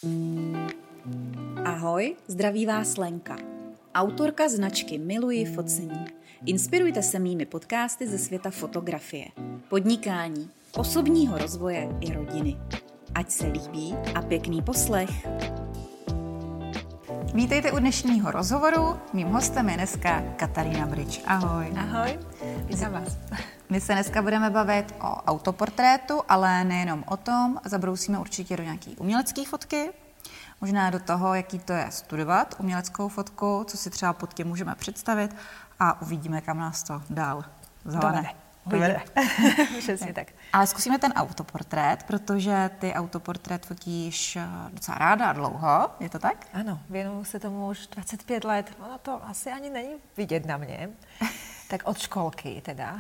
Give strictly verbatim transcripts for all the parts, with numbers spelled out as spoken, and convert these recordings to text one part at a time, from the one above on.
Ahoj, zdraví vás Lenka, autorka značky Miluji focení. Inspirujte se mými podcasty ze světa fotografie, podnikání, osobního rozvoje i rodiny. Ať se líbí a pěkný poslech. Vítejte u dnešního rozhovoru. Mým hostem je dneska Katarína Bridge. Ahoj. Ahoj, vítám vás. My se dneska budeme bavit o autoportrétu, ale nejenom o tom. Zabrousíme určitě do nějaké umělecké fotky, možná do toho, jaký to je studovat uměleckou fotku, co si třeba pod tím můžeme představit a uvidíme, kam nás to dál zavane. Uvidíme. Přesně tak. Ale zkusíme ten autoportrét, protože ty autoportrét fotíš docela ráda a dlouho, je to tak? Ano, věnuju se tomu už dvacet pět let. Ono to asi ani není vidět na mě. Tak od školky teda.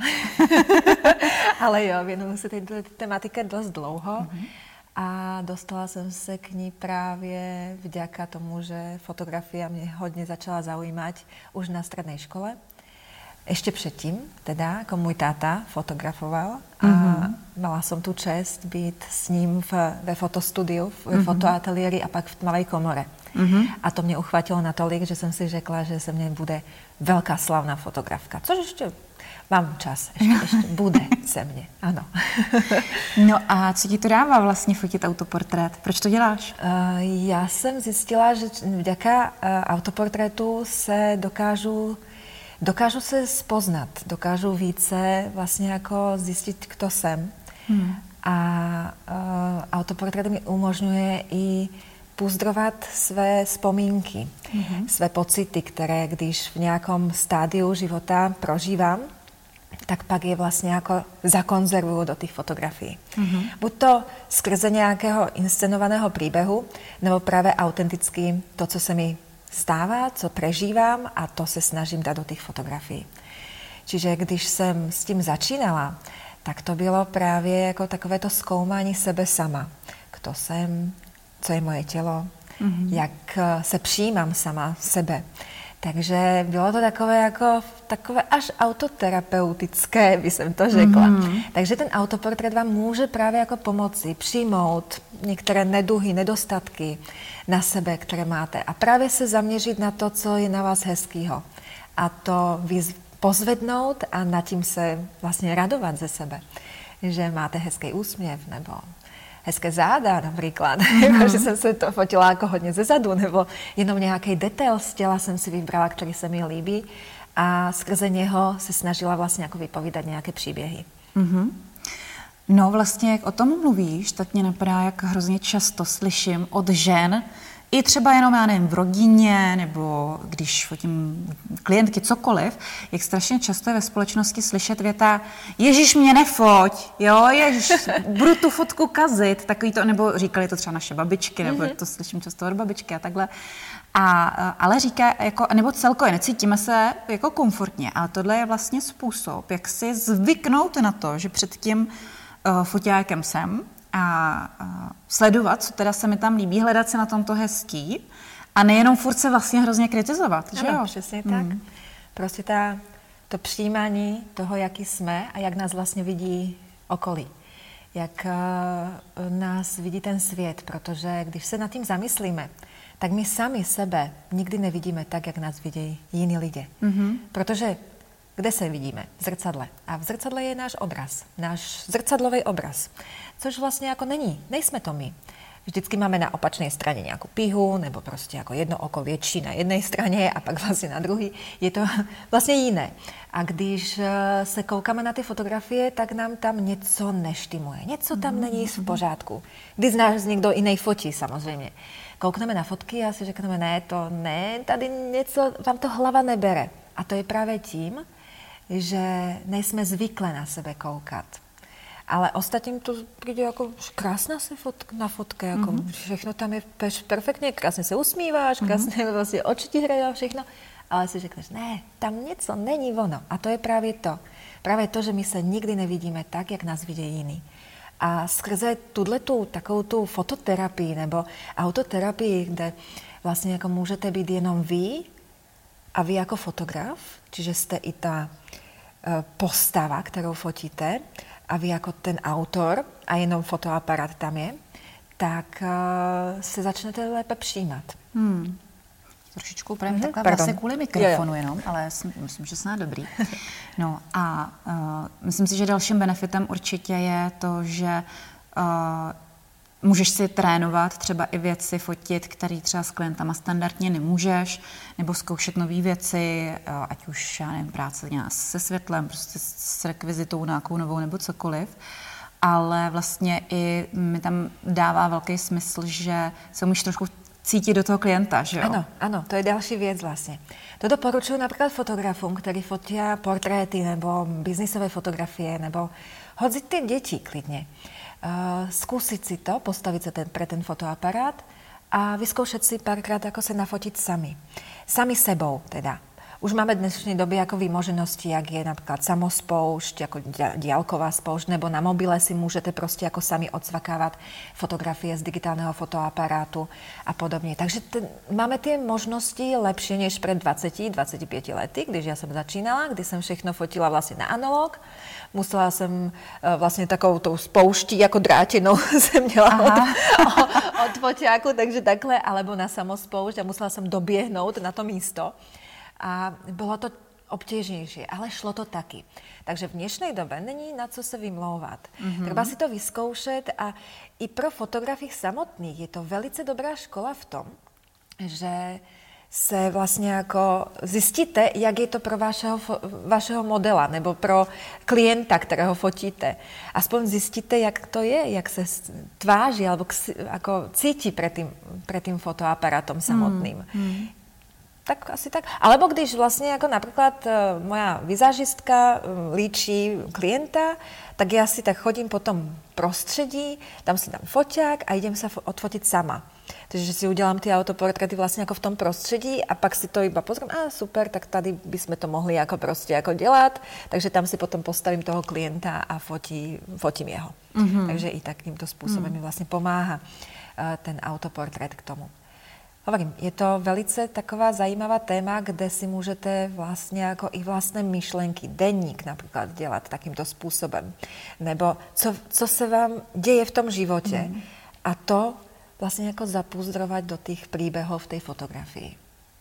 Ale jo, věnuju se této tematice dost dlouho. Mm-hmm. A dostala jsem se k ní právě vďaka tomu, že fotografia mě hodně začala zaujímať už na strednej škole. Ešte předtím, teda, jako můj táta fotografoval a mm-hmm. mala som tu čest být s ním v, ve fotostudiu, v mm-hmm. fotoateliéri a pak v tmavej komore. Mm-hmm. A to mě uchvátilo natolik, že jsem si řekla, že se mně bude velká slavná fotografka. Což ještě mám čas, ještě, ještě bude se mně, ano. No a co ti to dává vlastně fotit autoportrét? Proč to děláš? Uh, já jsem zjistila, že vďaka uh, autoportrétu se dokážu Dokážu se spoznat, dokážu více vlastně jako zjistit, kdo jsem. Hmm. A uh, autoportrét mi umožňuje i pozdrovat své vzpomínky, hmm. své pocity, které když v nějakom stádiu života prožívám, tak pak je vlastně jako zakonzervuju do těch fotografií. Hmm. Buď to skrze nějakého inscenovaného příběhu, nebo právě autenticky to, co se mi stává, co prežívám a to se snažím dát do těch fotografií. Čiže když jsem s tím začínala, tak to bylo právě jako takové to zkoumání sebe sama. Kdo jsem, co je moje tělo, mm-hmm. jak se přijímám sama sebe. Takže bylo to takové jako takové až autoterapeutické, by jsem to řekla. Mm-hmm. Takže ten autoportrét vám může právě jako pomoci přijmout některé neduhy, nedostatky na sebe, které máte a právě se zaměřit na to, co je na vás hezkýho. A to pozvednout a nad tím se vlastně radovat ze sebe. Že máte hezký úsměv nebo hezké záda například, mm-hmm. že jsem se to fotila jako hodně ze zadu, nebo jenom nějaký detail z těla jsem si vybrala, který se mi líbí a skrze něho se snažila vlastně jako vypovídat nějaké příběhy. Mm-hmm. No vlastně, jak o tom mluvíš, tak mě napadá, jak hrozně často slyším od žen, i třeba jenom, já nevím, v rodině, nebo když fotím klientky, cokoliv, jak strašně často je ve společnosti slyšet věta Ježíš, mě nefoť, jo, ježiš, budu tu fotku kazit, takový to, nebo říkali to třeba naše babičky, nebo mm-hmm. to slyším často od babičky a takhle. A, ale říká, jako, nebo celkově necítíme se jako komfortně, ale tohle je vlastně způsob, jak si zvyknout na to, že před tím uh, foťákem jsem, a, a sledovat, co teda se mi tam líbí, hledat se na tomto hezký a nejenom furt se vlastně hrozně kritizovat, že ano, jo? Přesně tak. Mm. Prostě ta, to přijímání toho, jaký jsme a jak nás vlastně vidí okolí. Jak uh, nás vidí ten svět, protože když se nad tím zamyslíme, tak my sami sebe nikdy nevidíme tak, jak nás vidí jiní lidé. Mm-hmm. Protože kde se vidíme? V zrcadle. A v zrcadle je náš obraz, náš zrcadlový obraz. Což vlastně jako není, nejsme to my. Vždycky máme na opačné straně nějakou pihu, nebo prostě jako jedno oko větší na jedné straně a pak vlastně na druhé. Je to vlastně jiné. A když se koukáme na ty fotografie, tak nám tam něco neštimuje. Něco tam není v pořádku. Když nás někdo jiný fotí, samozřejmě. Koukneme na fotky a si řekneme, ne, to ne, tady něco, vám to hlava nebere. A to je právě tím, že nejsme zvyklé na sebe koukat. Ale ostatním to přijde jako krásná se fotk, na fotce, jako mm-hmm. všechno tam je perfektně, krásně se usmíváš, krásně mm-hmm. vlastně oči ti hrají a všechno, ale si řekneš, ne, tam něco není ono. A to je právě to. Právě to, že my se nikdy nevidíme tak, jak nás vidí jiný. A skrze tuto takovou tu fototerapii nebo autoterapii, kde vlastně jako můžete být jenom vy a vy jako fotograf, čiže jste i ta postava, kterou fotíte, a vy jako ten autor a jenom fotoaparát tam je, tak uh, se začnete lépe přijímat. Hmm. Trošičku upravím mm-hmm. takhle Pardon. vlastně kvůli mikrofonu jo, jo. jenom, ale myslím, že snad dobrý. No a uh, myslím si, že dalším benefitem určitě je to, že uh, můžeš si trénovat třeba i věci fotit, které třeba s klientama standardně nemůžeš, nebo zkoušet nové věci, ať už, já nevím, práce nějak se světlem, prostě s rekvizitou nějakou novou nebo cokoliv. Ale vlastně i mi tam dává velký smysl, že se umíš trošku cítit do toho klienta, že jo? Ano, ano, to je další věc vlastně. To doporučuji například fotografům, kteří fotí portréty nebo biznisové fotografie, nebo hodzi ty děti klidně. Uh, zkusit si to, postavit se ten, pre ten fotoaparát a vyzkoušet si párkrát, jako se nafotit sami. Sami sebou teda. Už máme v dnešní době jako výmoženosti, jak je například samospoušť, jako diálková spoušť, nebo na mobile si můžete prostě jako sami odsvakávat fotografie z digitálneho fotoaparátu a podobně. Takže ten, máme ty možnosti lepší než před dvaceti, dvaceti pěti lety, když já jsem začínala, kdy jsem všechno fotila vlastně na analog. Musela jsem vlastně takovou tou spouští jako drátěnou jsem měla od, od foťáku, takže takhle, alebo na samospoušť a musela jsem doběhnout na to místo. A bylo to obtěžnější, ale šlo to taky. Takže v dnešní době není na co se vymlouvat. Mm-hmm. Třeba si to vyzkoušet a i pro fotografii samotných je to velice dobrá škola v tom, že se vlastně jako zjistíte, jak je to pro vašeho, vašeho modela nebo pro klienta, kterého fotíte. Aspoň zjistíte, jak to je, jak se tváří alebo jako cítí před tím, před tím fotoaparátom samotným. Mm. Tak asi tak. Alebo když vlastně jako například uh, moja vizážistka uh, líčí klienta, tak já si tak chodím po tom prostředí, tam si dám foťák a idem se odfotit sama. Takže si udělám ty autoportréty vlastně jako v tom prostředí a pak si to iba pozriem, a super, tak tady bychom to mohli jako prostě jako dělat, takže tam si potom postavím toho klienta a fotí, fotím jeho. Mm-hmm. Takže i takýmto způsobem mm. mi vlastně pomáhá uh, ten autoportrét k tomu. Hovorím, je to velice taková zajímavá téma, kde si můžete vlastně jako i vlastné myšlenky, denník například dělat takýmto způsobem. Nebo co, co se vám děje v tom životě. Mm. A to vlastně jako zapůzdrovat do těch příběhů v té fotografii.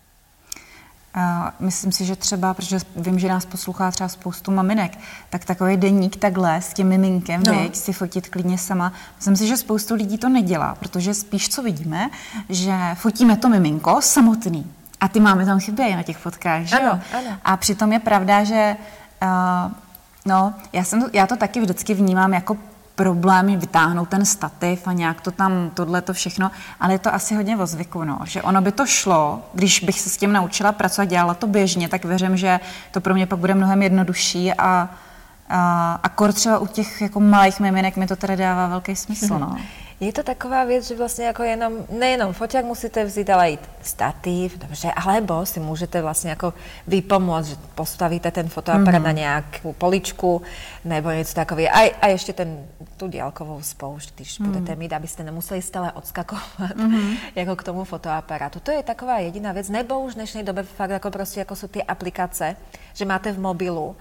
Uh, myslím si, že třeba, protože vím, že nás poslouchá třeba spoustu maminek, tak takový deník takhle s tím miminkem, no. Věď, si fotit klidně sama. Myslím si, že spoustu lidí to nedělá, protože spíš co vidíme, že fotíme to miminko samotný a ty máme tam chybějí na těch fotkách, že ano, jo? Ano. A přitom je pravda, že uh, no, já, jsem to, já to taky vždycky vnímám jako problém vytáhnout ten stativ a nějak to tam, tohle to všechno, ale je to asi hodně o zvyku, no, že ono by to šlo, když bych se s tím naučila pracovat, dělala to běžně, tak věřím, že to pro mě pak bude mnohem jednodušší a, a akor třeba u těch jako malých miminek mi to teda dává velký smysl, no. Je to taková věc, že vlastně jako jenom, nejenom foťák musíte vzít, ale i stativ, dobře, alebo si můžete vlastně jako vypomôcť, že postavíte ten fotoaparát mm-hmm. na nějakou poličku nebo něco takové. A, a ještě ten, tu diálkovou spoušť, když mm. budete mít, abyste nemuseli stále odskakovat mm-hmm. jako k tomu fotoaparátu. To je taková jediná věc, nebo už v dnešní době fakt jako prostě jako jsou ty aplikace, že máte v mobilu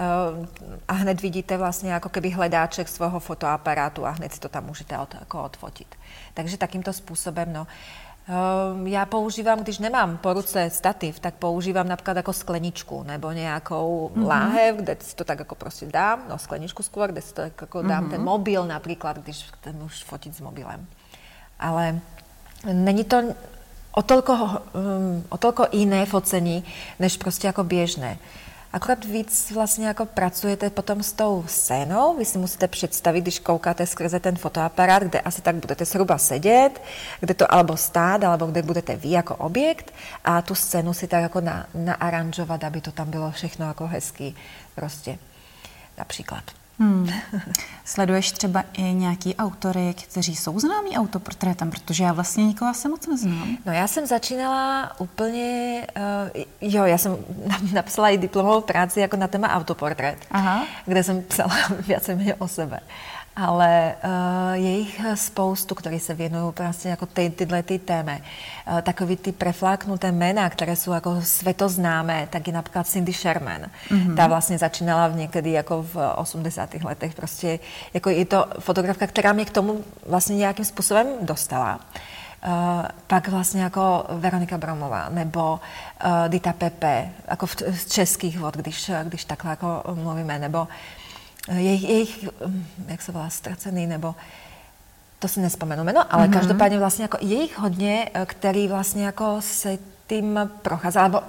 a hned vidíte vlastně jako keby hledáček svého fotoaparátu a hned si to tam můžete od, jako odfotit. Takže takýmto způsobem, no. Já používám, když nemám po ruce stativ, tak používám například jako skleničku nebo nějakou mm-hmm. láhev, kde si to tak jako prostě dám, no skleničku skôr, kde si to jako dám mm-hmm. ten mobil například, když chcem už fotit s mobilem. Ale není to o tolko, um, o tolko jiné focení, než prostě jako běžné. Akorát víc vlastně jako pracujete potom s tou scénou, vy si musíte představit, když koukáte skrze ten fotoaparát, kde asi tak budete zhruba sedět, kde to alebo stát, alebo kde budete vy jako objekt a tu scénu si tak jako na, naaranžovat, aby to tam bylo všechno jako hezký prostě například. Hmm. Sleduješ třeba i nějaký autory, kteří jsou známí autoportrétem, protože já vlastně nikoho asi moc neznám. No já jsem začínala úplně, uh, jo, já jsem napsala i diplomovou práci jako na téma autoportrét, Aha. kde jsem psala víceméně o sebe. ale uh, je jich spoustu, ktorí se věnují prostě jako ty, tyhle ty témy. Uh, takový ty prefláknuté jména, které jsou jako světoznámé, tak je například Cindy Sherman. Mm-hmm. Ta vlastně začínala v někdy jako v osmdesátých letech. Prostě jako je to fotografka, která mě k tomu vlastně nějakým způsobem dostala. Uh, pak vlastně jako Veronika Bromová nebo uh, Dita Pepe, jako v, z českých vod, když, když takhle jako mluvíme, nebo jejich, jejich, jak se volá, ztracený, nebo to si nespomenu no, ale mm-hmm. každopádně vlastně jako je jich hodně, který vlastně jako se tím prochází, alebo uh,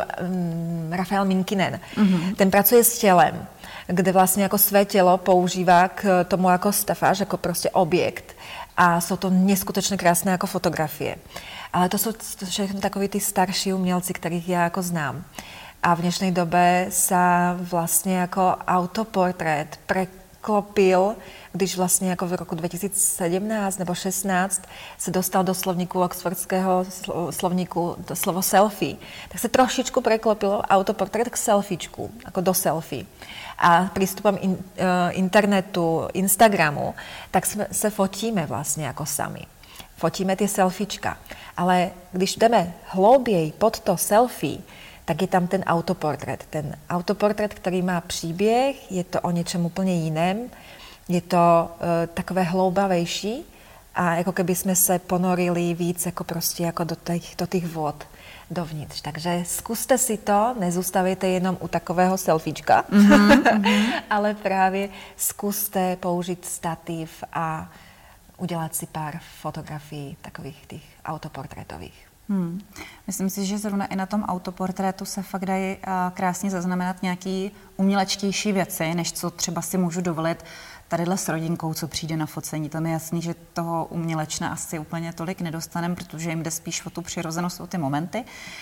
um, Rafael Minkinen, mm-hmm. ten pracuje s tělem, kde vlastně jako své tělo používá k tomu jako stafáž, jako prostě objekt. A jsou to neskutečně krásné jako fotografie. Ale to jsou všechno takový ty starší umělci, kterých já jako znám. A v dnešnej dobe sa vlastne ako autoportrét preklopil, když vlastně jako v roku dva tisíce sedmnáct nebo šestnáct se dostal do slovníku oxfordského slovníku to slovo selfie. Tak se trošičku preklopilo autoportrét k selfiečku, jako do selfie. A prístupom in, uh, internetu, Instagramu, tak jsme, se fotíme vlastně jako sami. Fotíme ty selfiečka. Ale když jdeme hlouběji pod to selfie, tak je tam ten autoportrét. Ten autoportrét, který má příběh, je to o něčem úplně jiném, je to uh, takové hloubavejší a jako keby jsme se ponorili víc jako prostě jako do těch, do těch vod dovnitř. Takže zkuste si to, nezůstavejte jenom u takového selfiečka, mm-hmm. ale právě zkuste použít stativ a udělat si pár fotografií takových těch autoportrétových. Hmm. Myslím si, že zrovna i na tom autoportrétu se fakt dají krásně zaznamenat nějaký umělečtější věci, než co třeba si můžu dovolit tadyhle s rodinkou, co přijde na focení. Tam je jasný, že toho umělečna asi úplně tolik nedostaneme, protože jim jde spíš o tu přirozenost, o ty momenty.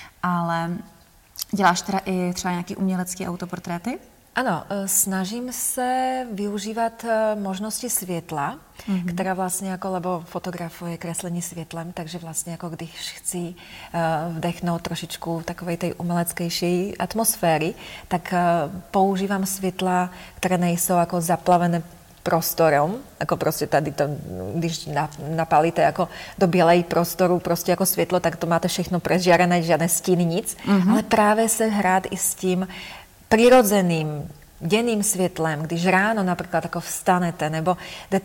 Ale děláš teda i třeba nějaký umělecký autoportréty? Ano, snažím se využívat možnosti světla, mm-hmm. která vlastně jako, lebo fotografuje kreslení světlem, takže vlastně jako když chci vdechnout trošičku takové tej umeleckejší atmosféry, tak používám světla, které nejsou jako zaplavené prostorom, jako prostě tady to, když napálíte jako do bělej prostoru prostě jako světlo, tak to máte všechno prežiarené, žádné stíny, nic, mm-hmm. ale právě se hrát i s tím prirodzeným denným světlem, když ráno například jako vstanete, nebo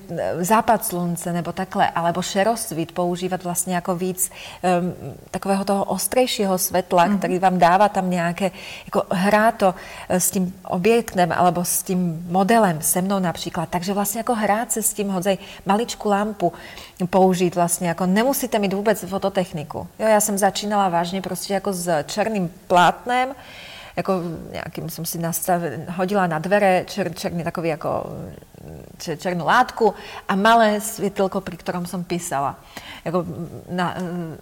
západ slunce, nebo takhle, alebo šerosvit používat vlastně jako víc um, takového toho ostrejšího světla, mm. který vám dává tam nějaké, jako hrát to s tím objektem, alebo s tím modelem, se mnou například. Takže vlastně jako hrát se s tím, hodzej maličku lampu použít vlastně, jako nemusíte mít vůbec fototechniku. Jo, já jsem začínala vážně prostě jako s černým plátnem, jako nějakým jsem si nastavil, hodila na dvere čer, černý takový jako čer, černú látku a malé světelko, pri ktorom som písala. Jako na,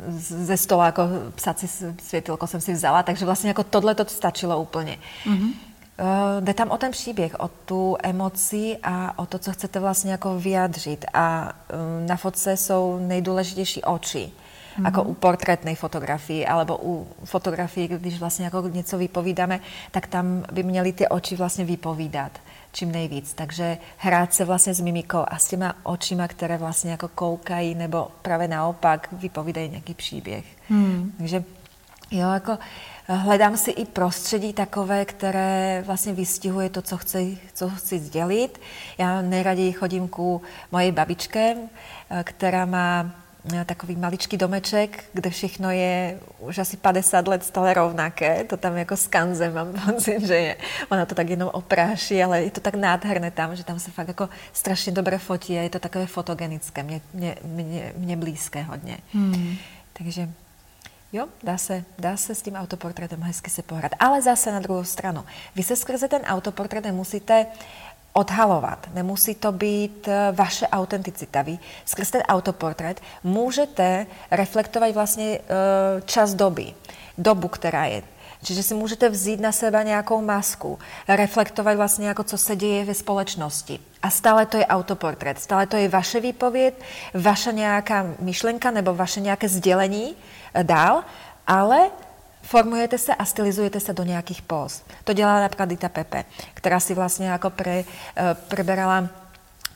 ze stola jako psací světelko jsem si vzala, takže vlastně jako tohle to stačilo úplně. Mm-hmm. Uh, jde tam o ten příběh, o tu emoci a o to, co chcete vlastně jako vyjadřit. A um, na fotce jsou nejdůležitější oči. Mm-hmm. Jako u portrétnej fotografii, alebo u fotografii, když vlastně jako něco vypovídáme, tak tam by měly ty oči vlastně vypovídat čím nejvíc. Takže hrát se vlastně s mimikou a s těma očima, které vlastně jako koukají, nebo právě naopak vypovídají nějaký příběh. Mm. Takže jo, jako hledám si i prostředí takové, které vlastně vystihuje to, co chci, co chci sdělit. Já nejraději chodím ku mojej babičke, která má takový maličký domeček, kde všechno je už asi padesát let stále rovnaké. To tam jako skanze, mám pocit, že je. Ona to tak jenom opráší, ale je to tak nádherné tam, že tam se fakt jako strašně dobře fotí a je to takové fotogenické, mně, mně, mně, mně blízké hodně. Hmm. Takže jo, dá se, dá se s tím autoportrétem hezky se pohrát. Ale zase na druhou stranu. Vy se skrze ten autoportrét nemusíte odhalovat. Nemusí to být vaše autenticita. Vy skrz ten autoportrét můžete reflektovat vlastně čas doby. Dobu, která je. Čiže si můžete vzít na sebe nějakou masku, reflektovat vlastně jako co se děje ve společnosti. A stále to je autoportrét. Stále to je vaše výpověď, vaša nějaká myšlenka nebo vaše nějaké sdělení dál, ale formujete se a stylizujete se do nějakých póz. To dělala například Dita Pepe, která si vlastně jako pre, preberala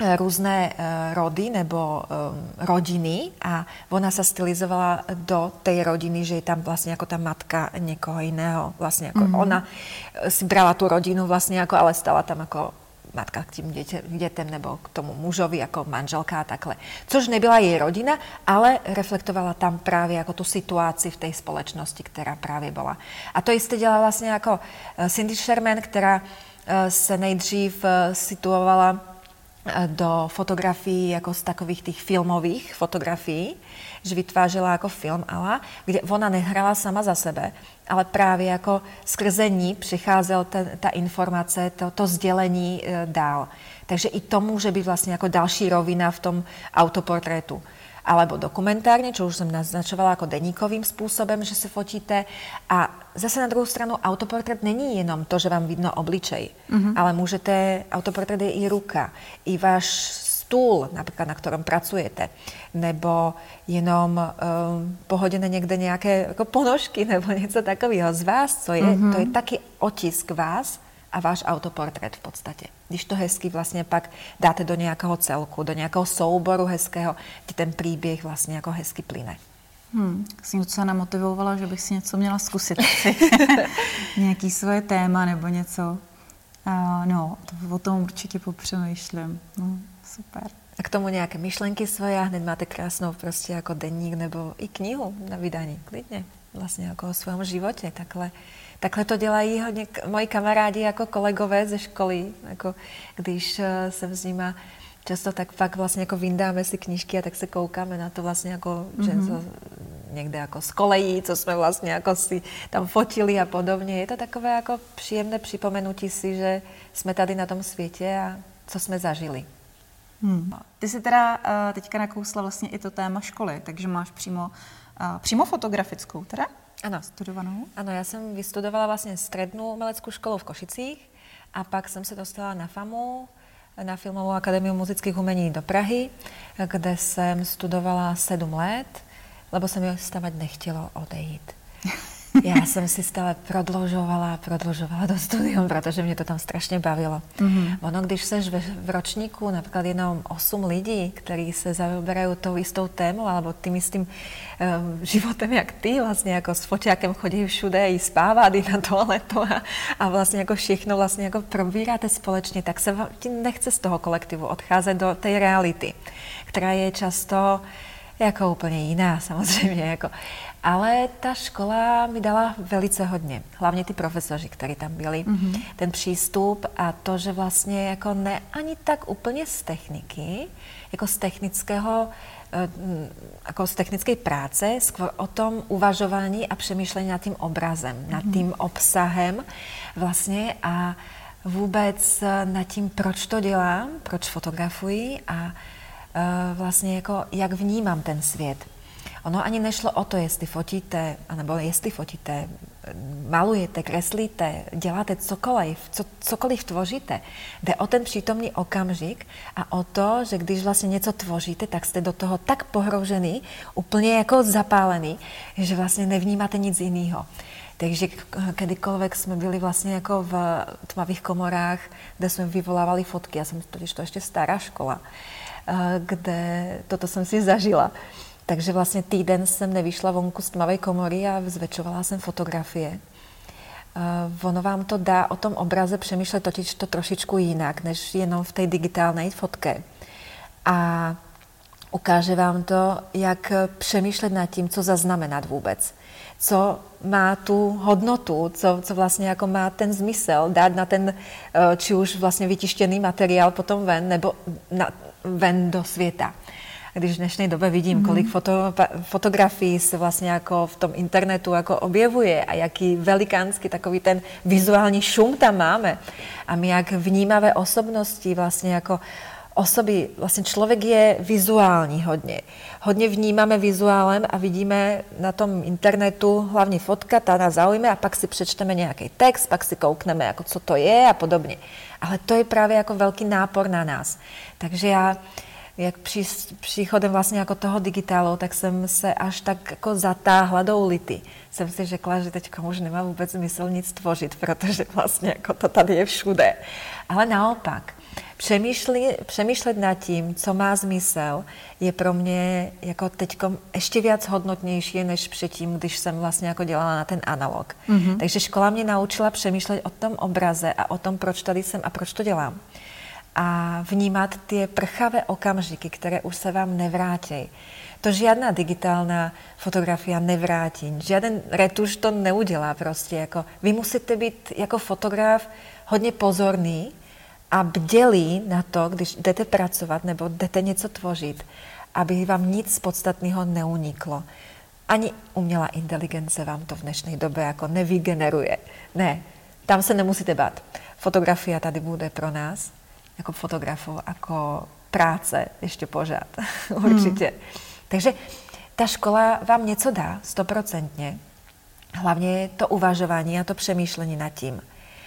různé rody nebo rodiny a ona sa stylizovala do tej rodiny, že je tam vlastne ako tá matka niekoho iného. Vlastne ako mm-hmm. ona si brala tú rodinu vlastne ako, ale stala tam ako matka k tým detem nebo k tomu mužovi ako manželka a takhle. Což nebyla jej rodina, ale reflektovala tam práve ako tú situáciu v tej spoločnosti, ktorá práve bola. A to isté dělala vlastne ako Cindy Sherman, ktorá sa nejdřív situovala do fotografií, ako z takových tých filmových fotografií, že vytvářela ako film ala, kde ona nehrala sama za sebe, ale právě jako skrze ní přicházel ten, ta informace, to, to sdělení e, dál. Takže i to může být vlastně jako další rovina v tom autoportrétu. Alebo dokumentárne, čo už som naznačovala ako deníkovým spôsobem, že si fotíte. A zase na druhou stranu autoportrét není jenom to, že vám vidno obličej, mm-hmm. ale môžete, autoportrét je i ruka, i váš stůl, napríklad na ktorom pracujete, nebo jenom um, pohodené niekde nejaké ako ponožky, nebo něco takového z vás, co je, mm-hmm. to je taky otisk vás a váš autoportrét v podstate. Když to hezky vlastně pak dáte do nějakého celku, do nějakého souboru hezkého, kde ten příběh vlastně jako hezky plyne. Hmm, jsi mě docela namotivovala, že bych si něco měla zkusit. Nějaký svoje téma nebo něco. Uh, no, to, o tom určitě popřemýšlím. No, super. A k tomu nějaké myšlenky svoje a hned máte krásnou prostě jako deník nebo i knihu na vydání. Klidně. Vlastně jako o svém životě. Takhle Takhle to dělají hodně moji kamarádi jako kolegové ze školy, jako když uh, jsem s nima často tak fakt vlastně jako vyndáme si knížky a tak se koukáme na to vlastně jako, mm-hmm. že to někde jako z kolejí, co jsme vlastně jako si tam fotili a podobně. Je to takové jako příjemné připomenutí si, že jsme tady na tom světě a co jsme zažili. Hmm. Ty jsi teda uh, teďka nakousla vlastně i to téma školy, takže máš přímo, uh, přímo fotografickou teda? Ano. Studovanou? Ano, já jsem vystudovala vlastně střední uměleckou školu v Košicích a pak jsem se dostala na FAMu, na Filmovou akademiu muzických umení do Prahy, kde jsem studovala sedm let, lebo se mi stávať nechtělo odejít. Já jsem si stále prodlužovala a prodlužovala do studium, protože mě to tam strašně bavilo. Mm-hmm. Ono, když seš v, v ročníku například jenom osm lidí, kteří se zaoberají tou istou tému alebo tým istým um, životem, jak ty, vlastně jako s foťákem chodí všude i spávat, i na toaletu a, a vlastně jako všechno vlastně jako probíráte společně, tak se ti nechce z toho kolektivu odcházet do té reality, která je často jako úplně jiná samozřejmě. Jako. Ale ta škola mi dala velice hodně. Hlavně ty profesoři, kteří tam byli. Mm-hmm. Ten přístup a to, že vlastně jako ne ani tak úplně z techniky, jako z technického, jako z technické práce, skôr o tom uvažování a přemýšlení nad tím obrazem, mm-hmm. nad tím obsahem vlastně a vůbec nad tím, proč to dělám, proč fotografuji a vlastně jako jak vnímám ten svět. Ono ani nešlo o to, jestli fotíte, anebo jestli fotíte, malujete, kreslíte, děláte cokoliv, co, cokoliv tvoříte. Jde o ten přítomný okamžik a o to, že když vlastně něco tvoříte, tak jste do toho tak pohroužený, úplně jako zapálený, že vlastně nevnímáte nic jiného. Takže kedykoľvek jsme byli vlastně jako v tmavých komorách, kde jsme vyvolávali fotky, já jsem totiž to ještě stará škola, kde toto jsem si zažila. Takže vlastně týden jsem nevyšla vonku z tmavej komory a zväčšovala jsem fotografie. Uh, ono vám to dá o tom obraze přemýšlet totiž to trošičku jinak, než jenom v té digitálnej fotke. A ukáže vám to, jak přemýšlet nad tím, co zaznamenat vůbec. Co má tu hodnotu, co, co vlastně jako má ten zmysel dát na ten, či už vlastně vytištěný materiál potom ven, nebo na, ven do světa. Když v dnešní době vidím, kolik foto, fotografií se vlastně jako v tom internetu jako objevuje a jaký velikánský takový ten vizuální šum tam máme a my jak vnímavé osobnosti vlastně jako osoby, vlastně člověk je vizuální hodně. Hodně vnímáme vizuálem a vidíme na tom internetu hlavně fotka, ta nás zaujme a pak si přečteme nějaký text, pak si koukneme, jako co to je a podobně. Ale to je právě jako velký nápor na nás. Takže já jak při, příchodem vlastně jako toho digitálu, tak jsem se až tak jako zatáhla do ulity. Jsem si řekla, že teďka už nemá vůbec smysl nic tvořit, protože vlastně jako to tady je všude. Ale naopak, přemýšlet, přemýšlet nad tím, co má smysl, je pro mě jako teďko ještě víc hodnotnější, než předtím, když jsem vlastně jako dělala na ten analog. Mm-hmm. Takže škola mě naučila přemýšlet o tom obraze a o tom, proč tady jsem a proč to dělám. A vnímat ty prchavé okamžiky, které už se vám nevrátí. To žádná digitální fotografia nevrátí, žádný retuš to neudělá prostě. Jako, vy musíte být jako fotograf hodně pozorný a bdělí na to, když jdete pracovat nebo jdete něco tvořit, aby vám nic podstatného neuniklo. Ani umělá inteligence vám to v dnešní době jako nevygeneruje. Ne, tam se nemusíte bát. Fotografia tady bude pro nás, jako fotografů, jako práce ještě pořád, určitě. Hmm. Takže ta škola vám něco dá, stoprocentně. Hlavně to uvažování a to přemýšlení nad tím.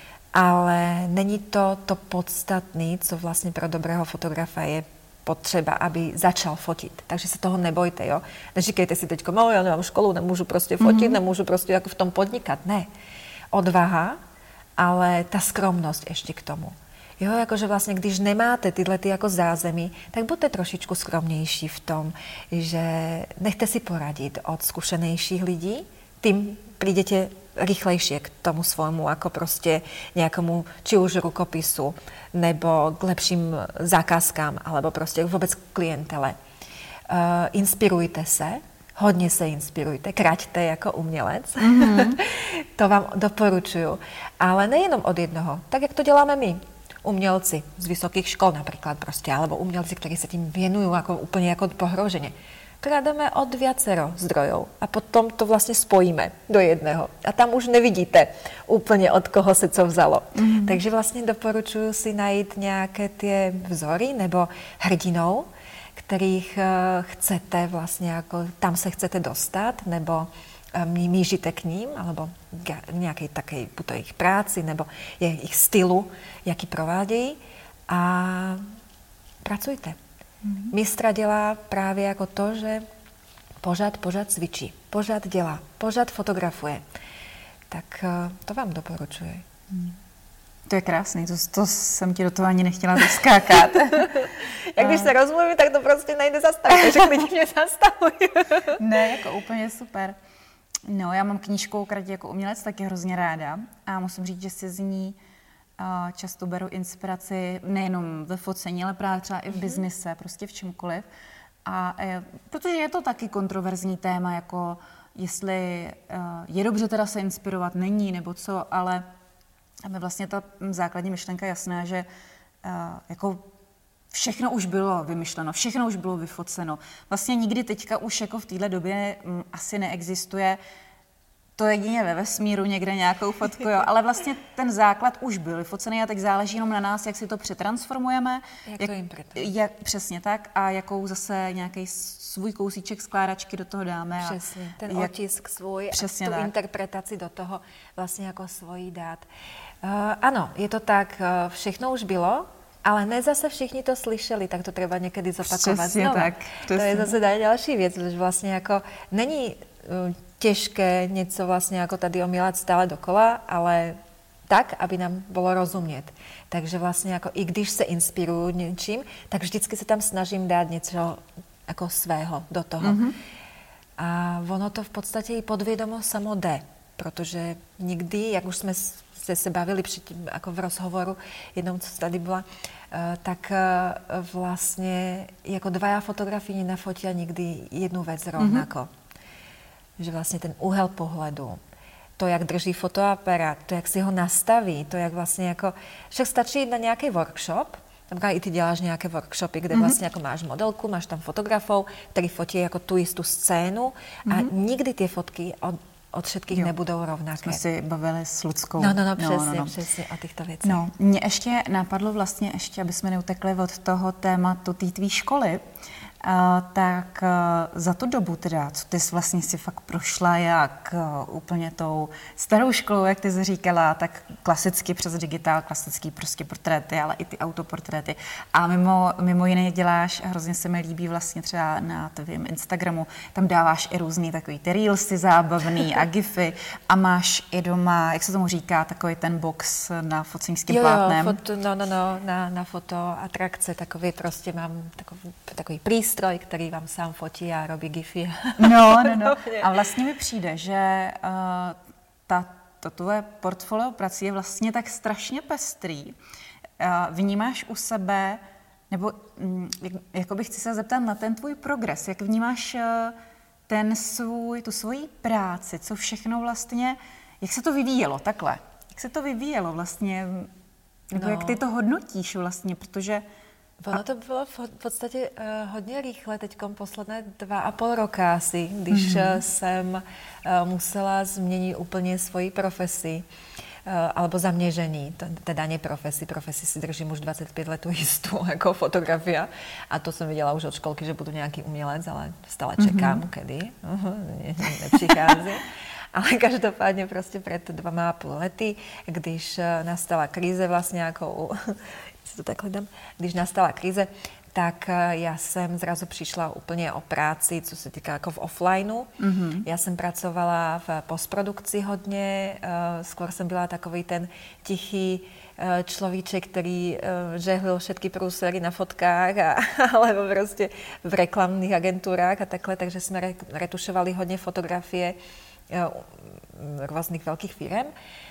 Ale není to to podstatné, co vlastně pro dobrého fotografa je potřeba, aby začal fotit. Takže se toho nebojte, jo. Neříkejte si teďko, no, já nemám školu, nemůžu prostě fotit, mm-hmm. nemůžu prostě jako v tom podnikat. Ne. Odvaha, ale ta skromnost ještě k tomu. Jo, jakože vlastně, když nemáte tyhle ty jako zázemí, tak buďte trošičku skromnější v tom, že nechte si poradit od zkušenějších lidí, tím přijdete rychlejšie k tomu svojmu jako prostě nějakému, či už rukopisu, nebo k lepším zákazkám, alebo prostě vůbec klientele. Uh, inspirujte se, hodně se inspirujte, kraťte jako umělec, mm-hmm. to vám doporučuju. Ale nejenom od jednoho, tak jak to děláme my. Umělci z vysokých škol například prostě, alebo umělci, kteří se tím věnují jako úplně jako pohroženě. Krademe od viacero zdrojů a potom to vlastně spojíme do jedného. A tam už nevidíte úplně, od koho se co vzalo. Mm-hmm. Takže vlastně doporučuji si najít nějaké ty vzory nebo hrdinou, kterých uh, chcete vlastně, jako tam se chcete dostat, nebo um, míříte k ním, alebo nějaké také buď to jejich práci, nebo jejich stylu, jaký provádějí a pracujte. Mistra dělá právě jako to, že pořád, pořád cvičí, pořád dělá, pořád fotografuje. Tak to vám doporučuji. To je krásný, to, to jsem ti do toho ani nechtěla doskákat. Jak když se rozmluvím, tak to prostě nejde zastavit, takže lidi mě zastavují. Ne, jako úplně super. No, já mám knížku o kratě jako umělec taky hrozně ráda a musím říct, že si z ní uh, často beru inspiraci nejenom ve focení, ale právě třeba i v biznise, prostě v čemkoliv. A e, protože je to taky kontroverzní téma, jako jestli uh, je dobře teda se inspirovat, není, nebo co, ale aby vlastně ta základní myšlenka jasná, že uh, jako všechno už bylo vymyšleno, všechno už bylo vyfoceno. Vlastně nikdy teďka už jako v téhle době m, asi neexistuje to jedině ve vesmíru někde nějakou fotku, jo, ale vlastně ten základ už byl vyfocený a teď záleží jenom na nás, jak si to přetransformujeme. Jak, jak to interpretujeme. Jak, přesně tak a jakou zase nějaký svůj kousíček skládačky do toho dáme. Přesně, ten jak, otisk svůj přesně a tu tak. interpretaci do toho vlastně jako svojí dát. Uh, ano, je to tak, uh, všechno už bylo, ale ne zase všichni to slyšeli, tak to třeba někdy zopakovat přesně znova. Tak, to je zase další věc, že vlastně jako není uh, těžké něco vlastně jako tady omílat stále dokola, ale tak, aby nám bylo rozumět. Takže vlastně jako i když se inspiruju něčím, tak vždycky se tam snažím dát něco jako svého do toho. Mm-hmm. A ono to v podstatě i podvědomo samo jde, protože nikdy, jak už jsme se, se bavili předtím, jako v rozhovoru, jednou, co tady byla, tak vlastně jako dvaja fotografini nafotí nikdy jednu věc rovnako. Mm-hmm. Že vlastně ten úhel pohledu, to, jak drží fotoaparát, to, jak si ho nastaví, to, jak vlastně jako... Však stačí jít na nějaký workshop, například i ty děláš nějaké workshopy, kde mm-hmm. vlastně jako máš modelku, máš tam fotografov, který fotí jako tu jistou scénu a mm-hmm. nikdy ty fotky od, od všetkých jo. nebudou rovnaké. Jsme si bavili s Ludskou. No, no, no, přesně, no, no, no. přesně o těchto věcech. No, mě ještě napadlo vlastně, ještě, aby jsme neutekli od toho tématu té tvý školy, tak uh, za tu dobu teda, co ty jsi vlastně si fakt prošla jak uh, úplně tou starou školou, jak ty jsi říkala, tak klasicky přes digitál, klasický prostě portréty, ale i ty autoportréty. A mimo, mimo jiné děláš, hrozně se mi líbí vlastně třeba na tvém Instagramu, tam dáváš i různý takový ty reelsy zábavný a gify a máš i doma, jak se tomu říká, takový ten box na focenickým plátnem. Jo, foto, no, no, no, na, na fotoatrakce takový prostě mám takový, takový přístroj, který vám sám fotí a robí gify. No, no, no. A vlastně mi přijde, že uh, ta, to tvoje portfolio prací je vlastně tak strašně pestrý. Uh, vnímáš u sebe, nebo um, jak, jakoby chci se zeptat na ten tvůj progres, jak vnímáš uh, ten svůj, tu svoji práci, co všechno vlastně, jak se to vyvíjelo takhle? Jak se to vyvíjelo vlastně, nebo no. jak ty to hodnotíš vlastně, protože ono to bylo v podstatě uh, hodně rychle, teďkom posledné dva a půl roka asi, když mm-hmm. jsem uh, musela změnit úplně svoji profesi, uh, alebo zaměření, teda ne profesi, profesi si držím už dvacet pět let tu jistou jako fotografia a to jsem viděla už od školky, že budu nějaký umělec, ale stále čekám, mm-hmm. kedy, uh-huh, ne, ne, nepřichází. Ale každopádně prostě před dvama a půl lety, když nastala krize vlastně jako to takhle dám. Když nastala krize, tak já jsem zrazu přišla úplně o práci, co se týká jako v offlineu. Mm-hmm. Já jsem pracovala v postprodukci hodně, skôr jsem byla takový ten tichý človíček, který žehlil všetky průsery na fotkách, a, alebo prostě v reklamných agenturách a takhle, takže jsme retušovali hodně fotografie různých velkých firem.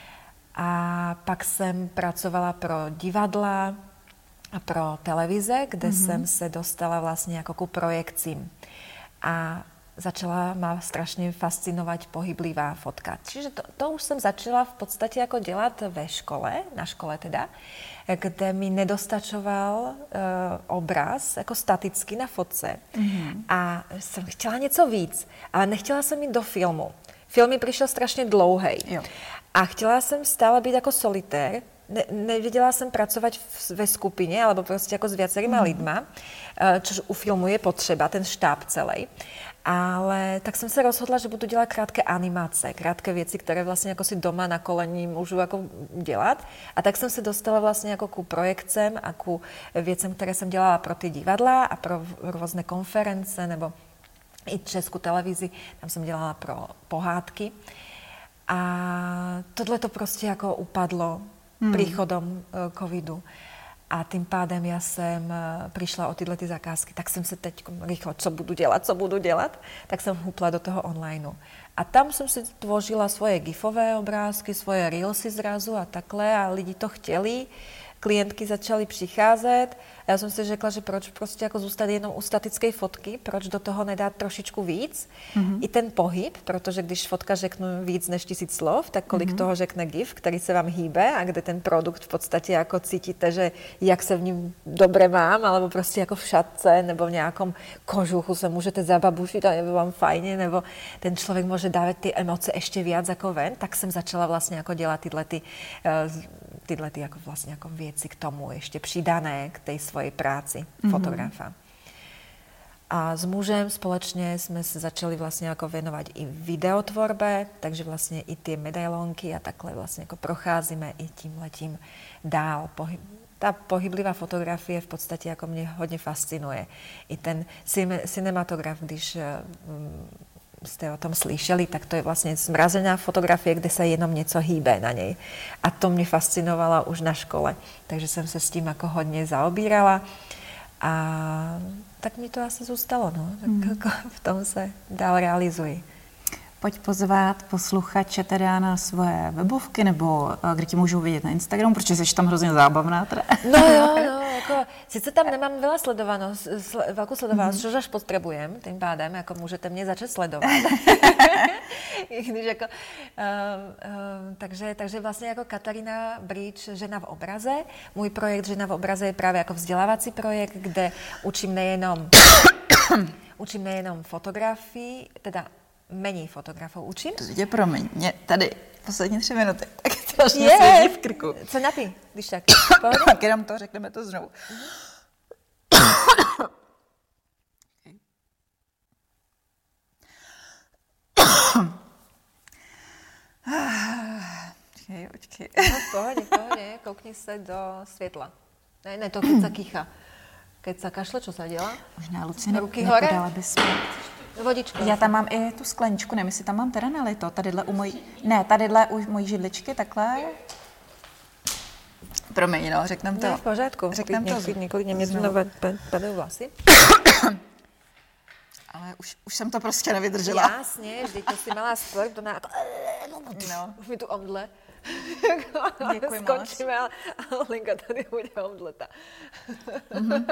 A pak jsem pracovala pro divadla a pro televize, kde mm-hmm. jsem se dostala vlastně jako ku projekcím. A začala ma strašně fascinovat pohyblivá fotka. Čiže to, to už jsem začala v podstatě jako dělat ve škole, na škole teda, kde mi nedostačoval uh, obraz jako staticky na fotce. Mm-hmm. A jsem chtěla něco víc, ale nechtěla jsem jít do filmu. Film mi přišel strašně dlouhý. A chtěla jsem stále být jako solitér. Ne, nevěděla jsem pracovat v, ve skupině, alebo prostě jako s viacerýma mm. lidma, což u filmu je potřeba, ten štáb celý. Ale tak jsem se rozhodla, že budu dělat krátké animace, krátké věci, které vlastně jako si doma na koleni můžu jako dělat. A tak jsem se dostala vlastně jako ku projekcem a ku věcem, které jsem dělala pro ty divadla a pro různé konference, nebo i Českou televizi, tam jsem dělala pro pohádky. A tohle to prostě jako upadlo hmm. příchodom uh, covidu. A tím pádem já jsem uh, přišla o tyhle ty zakázky. Tak jsem se teď rychle, co budu dělat, co budu dělat, tak jsem hupla do toho onlineu. A tam jsem si tvořila svoje gifové obrázky, svoje reelsy zrazu a takhle a lidi to chtěli. Klientky začaly přicházet a já jsem si řekla, že proč prostě jako zůstat jenom u statické fotky, proč do toho nedát trošičku víc. Mm-hmm. I ten pohyb, protože když fotka řeknu víc než tisíc slov, tak kolik mm-hmm. toho řekne gif, který se vám hýbe a kde ten produkt v podstatě jako cítíte, že jak se v ním dobře mám, alebo prostě jako v šatce nebo v nějakom kožuchu se můžete zababušit a je vám fajně, nebo ten člověk může dávat ty emoce ještě víc jako ven, tak jsem začala vlastně jako dělat tyhle ty, uh, tyhle ty jako vlastně jako věci k tomu ještě přidané k té svojej práci mm-hmm. fotografa. A s mužem společně jsme se začali vlastně jako věnovat i videotvorbe, takže vlastně i ty medailonky a takhle vlastně jako procházíme i tímhletím dál. Pohyb, ta pohyblivá fotografie v podstatě jako mě hodně fascinuje. I ten cinematograf, když um, jste o tom slyšeli, tak to je vlastně zmrazená fotografie, kde se jenom něco hýbe na něj. A to mě fascinovalo už na škole. Takže jsem se s tím jako hodně zaobírala. A tak mi to asi zůstalo. No. Tak mm. jako v tom se dál realizuji. Pojď pozvat posluchače teda na svoje webovky, nebo kde ti můžou vidět na Instagramu, protože jsi tam hrozně zábavná. Teda. No jo, no, jako, sice tam nemám veľa sledovanost, sl, velkou sledovanost, mm-hmm. což až potřebujem, tím pádem, jako můžete mě začít sledovat. Když jako, uh, uh, takže, takže vlastně jako Katarína Bridge, Žena v obraze. Můj projekt Žena v obraze je právě jako vzdělávací projekt, kde učím nejenom, učím nejenom fotografii, teda méně fotografů učím. To tě promiň, mě tady poslední tři minuty, tak strašně svědí v krku. Co napij, když tak. Tak jenom to, řekneme to znovu. No, v pohode, v pohode. Koukni se do světla. Ne, ne, to keď sa kýcha. Keď sa kašle, čo sa dělá? Možná, Lucie, ruky hore. Nepodala bys mi. Vodičku. Já tam mám i tu skleničku, nevím, jestli tam mám teda nalito. Tadyhle u mojí, ne, tadyhle u mojí židličky, takhle. Promiň, no, řeknem to. Ne, v pořádku. Řeknem to. Klidně, klidně, mě znovu padají vlasy. Ale už, už jsem to prostě nevydržela. Jasně, vždyť to si malá skôr, to na... No. Mi tu omdle. Děkuji moc. Skončíme, ale Linka tady bude omdleta. Mm-hmm.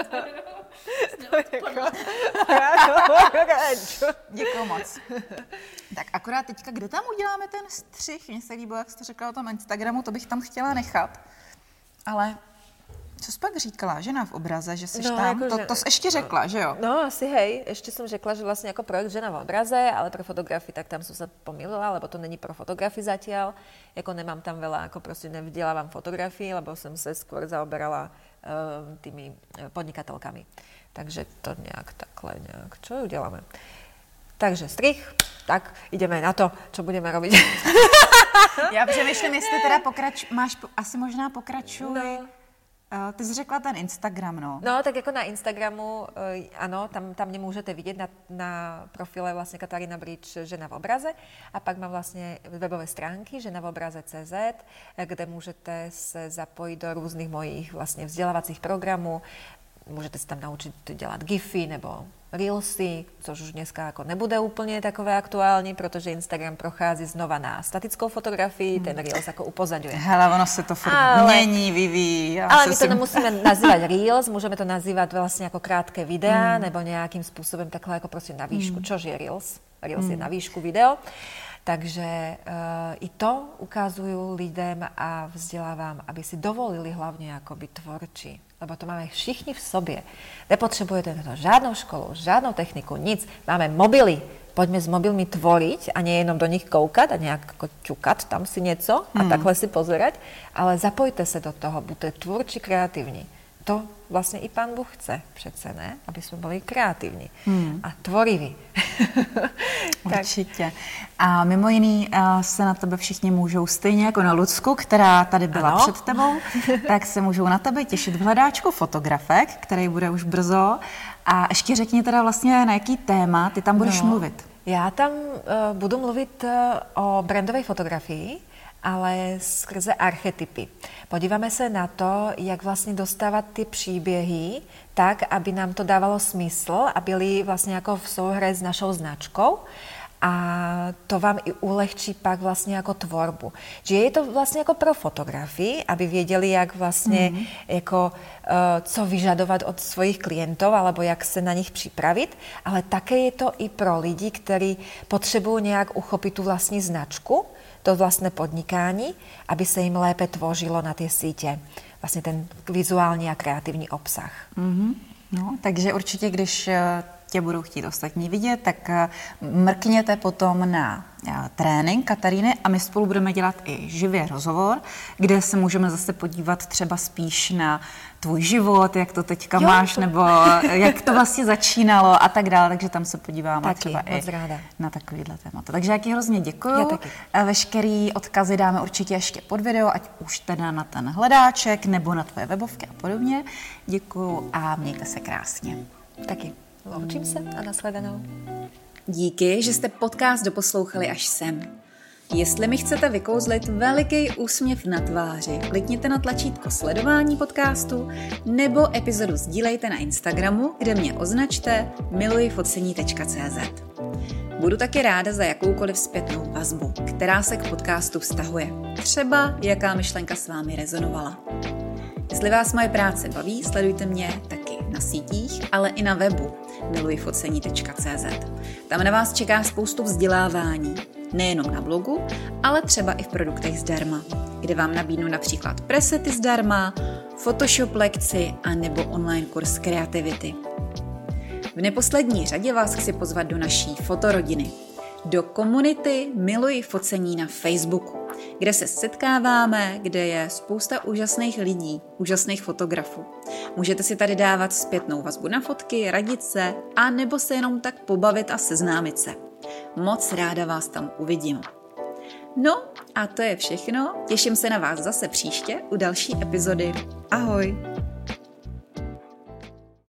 Děkuji moc. Tak akorát teďka, kde tam uděláme ten střih? Mně se líbilo, jak jste řekla o tom Instagramu, to bych tam chtěla nechat. Ale co jsi pak říkala, žena v obraze, že jsi no, tam? Jako, to, to jsi ještě řekla, že jo? No, asi hej. Ještě jsem řekla, že vlastně jako projekt žena v obraze, ale pro fotografii, tak tam jsem se pomýlila, lebo to není pro fotografii zatiaľ. Jako nemám tam veľa, jako prostě nevdělávám fotografii, lebo jsem se skôr zaoberala uh, tými podnikatelkami. Takže to nějak takhle nějak, čo uděláme? Takže strich, tak ideme na to, čo budeme robiť. Já přemýšlím, jestli teda pokrač, máš, asi možná pokračuj. No. Ty jsi řekla ten Instagram, no. No, tak jako na Instagramu, ano, tam, tam mě můžete vidět na, na profile vlastně Katarína Bridge Žena v obraze a pak mám vlastně webové stránky žena v obraze tečka cé zet, kde můžete se zapojit do různých mojich vlastně vzdělávacích programů. Můžete si tam naučit dělat gify nebo reelsy, což už dneska jako nebude úplně takové aktuální, protože Instagram prochází znova na statickou fotografii, ten reels jako upozaduje. Hele, ono se to furt ale, mění, vyvíjí. Ale my to nemusíme nazývat reels, můžeme to nazývat vlastně jako krátké videa, mm. nebo nějakým způsobem takhle jako prostě na výšku, mm. čož je reels. Reels mm. je na výšku video. Takže uh, i to ukazuju lidem a vzdělávám, aby si dovolili hlavně jako být tvorčí. Lebo to máme všichni v sobě. Nepotřebujete na to žádnou školu, žádnou techniku, nic. Máme mobily. Pojďme s mobilmi tvoriť a nejenom do nich koukat a nějak jako ťukat tam si něco a hmm. takhle si pozerať, ale zapojte se do toho, buďte tvůrčí, kreativní. To vlastně i Pán Bůh chce přece, ne? Aby jsme byli kreativní hmm. a tvoriví. Určitě. A mimo jiný se na tebe všichni můžou stejně jako na Lucku, která tady byla ano. před tebou, tak se můžou na tebe těšit v hledáčku fotografek, který bude už brzo. A ještě řekni teda vlastně, na jaký téma ty tam budeš no, mluvit. Já tam uh, budu mluvit uh, o brandové fotografii, ale skrze archetypy. Podíváme se na to, jak vlastně dostávat ty příběhy tak, aby nám to dávalo smysl a byly vlastně jako v souhře s našou značkou. A to vám i ulehčí pak vlastně jako tvorbu. Že je to vlastně jako pro fotografii, aby věděli, jak vlastně mm. jako uh, co vyžadovat od svojich klientů, alebo jak se na nich připravit, ale také je to i pro lidi, kteří potřebují nějak uchopit tu vlastní značku, to vlastné podnikání, aby se jim lépe tvořilo na ty sítě. Vlastně ten vizuální a kreativní obsah. Mm-hmm. No, takže určitě, když tě budou chtít ostatní vidět, tak mrkněte potom na trénink Kataríny a my spolu budeme dělat i živě rozhovor, kde se můžeme zase podívat třeba spíš na tvůj život, jak to teďka jo, máš, to... nebo jak to vlastně začínalo a tak dále, takže tam se podíváme taky, třeba i ráda. na takovýhle témata. Takže jaký hrozně děkuju. Veškerý odkazy dáme určitě ještě pod video, ať už teda na ten hledáček nebo na tvoje webovky a podobně. Děkuju a mějte se krásně. Taky. Loučím se a nashledanou. Díky, že jste podcast doposlouchali až sem. Jestli mi chcete vykouzlit veliký úsměv na tváři, klikněte na tlačítko sledování podcastu nebo epizodu sdílejte na Instagramu, kde mě označte miluji focení tečka cé zet. Budu taky ráda za jakoukoliv zpětnou vazbu, která se k podcastu vztahuje. Třeba jaká myšlenka s vámi rezonovala. Jestli vás moje práce baví, sledujte mě taky na sítích, ale i na webu miluji focení tečka cé zet. Tam na vás čeká spoustu vzdělávání, nejenom na blogu, ale třeba i v produktech zdarma, kde vám nabídnu například presety zdarma, Photoshop lekci a nebo online kurz kreativity. V neposlední řadě vás chci pozvat do naší fotorodiny, do komunity Miluji focení na Facebooku, kde se setkáváme, kde je spousta úžasných lidí, úžasných fotografů. Můžete si tady dávat zpětnou vazbu na fotky, radit se a nebo se jenom tak pobavit a seznámit se. Moc ráda vás tam uvidím. No a to je všechno. Těším se na vás zase příště u další epizody. Ahoj!